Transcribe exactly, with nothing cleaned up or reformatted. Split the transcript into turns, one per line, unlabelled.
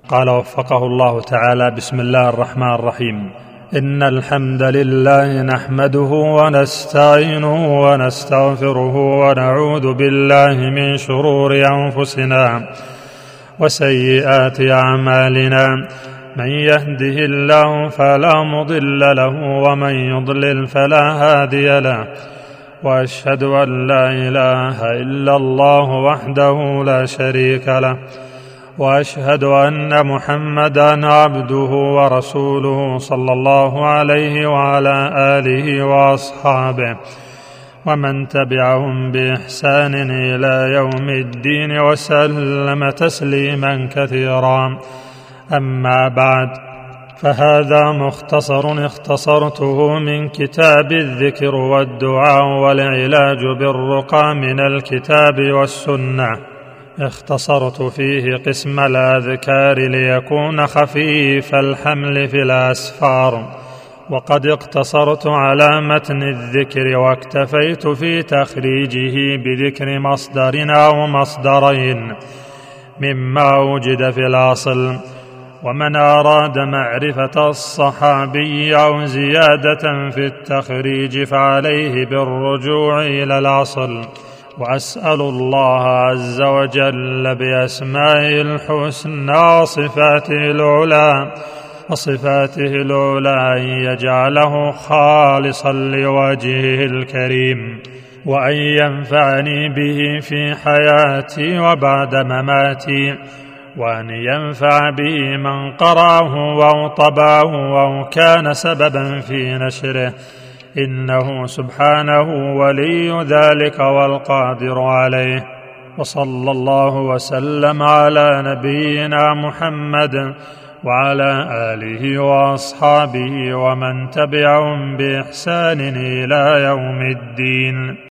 قال وفقه الله تعالى: بسم الله الرحمن الرحيم. إن الحمد لله نحمده ونستعينه ونستغفره ونعوذ بالله من شرور أنفسنا وسيئات أعمالنا، من يهده الله فلا مضل له ومن يضلل فلا هادي له، وأشهد أن لا إله إلا الله وحده لا شريك له، وأشهد أن محمدًا عبده ورسوله صلى الله عليه وعلى آله وأصحابه ومن تبعهم بإحسان إلى يوم الدين وسلم تسليما كثيرا. أما بعد، فهذا مختصر اختصرته من كتاب الذكر والدعاء والعلاج بالرقى من الكتاب والسنة. اختصرت فيه قسم الأذكار ليكون خفيف الحمل في الأسفار، وقد اقتصرت على متن الذكر واكتفيت في تخريجه بذكر مصدر أو مصدرين مما وجد في الأصل. ومن أراد معرفة الصحابي أو زيادة في التخريج فعليه بالرجوع إلى الأصل. وأسأل الله عز وجل بأسمائه الحسنى وصفاته العلى وصفاته العلى أن يجعله خالصا لوجهه الكريم، وأن ينفعني به في حياتي وبعد مماتي، وأن ينفع به من قرأه أو طبعه أو كان سببا في نشره، إنه سبحانه ولي ذلك والقادر عليه. وصلى الله وسلم على نبينا محمد وعلى آله وأصحابه ومن تبعهم بإحسان إلى يوم الدين.